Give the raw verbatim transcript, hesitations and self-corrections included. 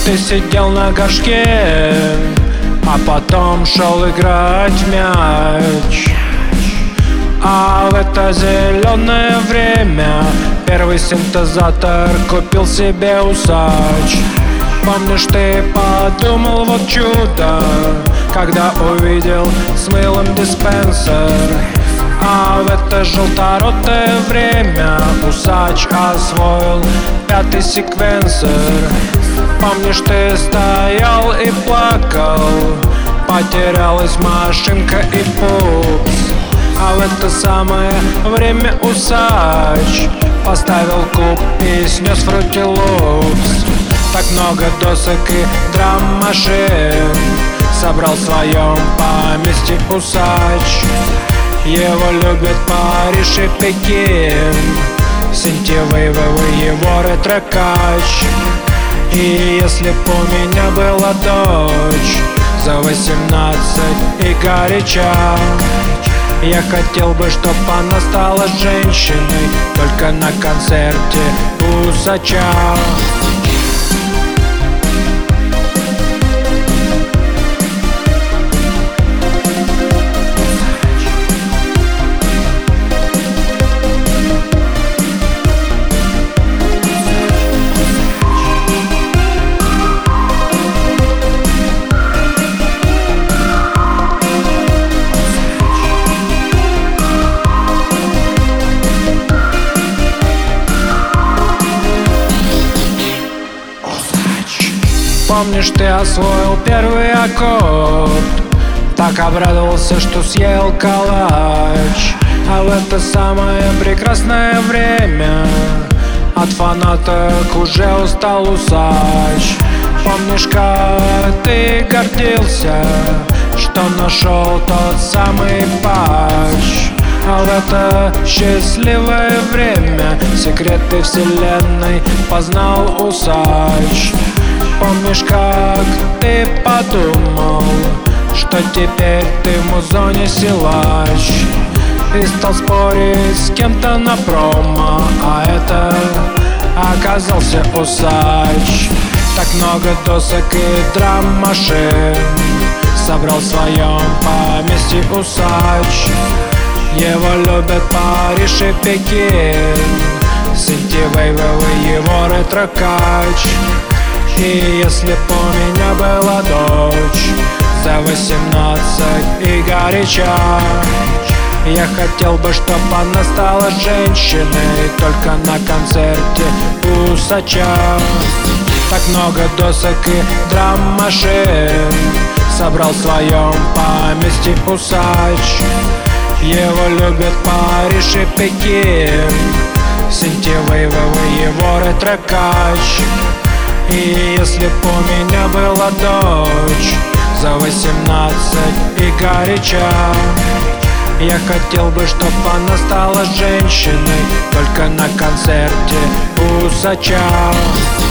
Ты сидел на горшке, а потом шел играть в мяч. А в это зеленое время первый синтезатор купил себе усач. Помнишь, ты подумал, вот чудо, когда увидел с мылом диспенсер. А в это желторотое время усач освоил пятый секвенсор. Помнишь, ты стоял и плакал, потерялась машинка и пупс. А в это самое время усач поставил куб и снес Fruity Loops. Так много досок и драм-машин собрал в своем поместье усач. Его любят Париж и Пекин, Сентивейвовый его ретро-кач. И если б у меня была дочь за восемнадцать и горяча, я хотел бы, чтоб она стала женщиной только на концерте усача. Помнишь, ты освоил первый аккорд, так обрадовался, что съел калач. А в это самое прекрасное время от фанаток уже устал усач. Помнишь, как ты гордился, что нашел тот самый патч. А в это счастливое время секреты вселенной познал усач. Помнишь, как ты подумал, что теперь ты в музоне силач, и стал спорить с кем-то на промо, а это оказался усач. Так много досок и драм-машин собрал в своем поместье усач. Его любят Париж и Пекин, Сентивейвовый его ретро-кач. И если б у меня была дочь за восемнадцать и горяча, я хотел бы, чтоб она стала женщиной только на концерте усача. Так много досок и драм-машин собрал в своем поместье усач. Его любят Париж и Пекин, Сентивейвовый его ретро-кач. И если б у меня была дочь за восемнадцать и горяча, я хотел бы, чтоб она стала женщиной только на концерте усача.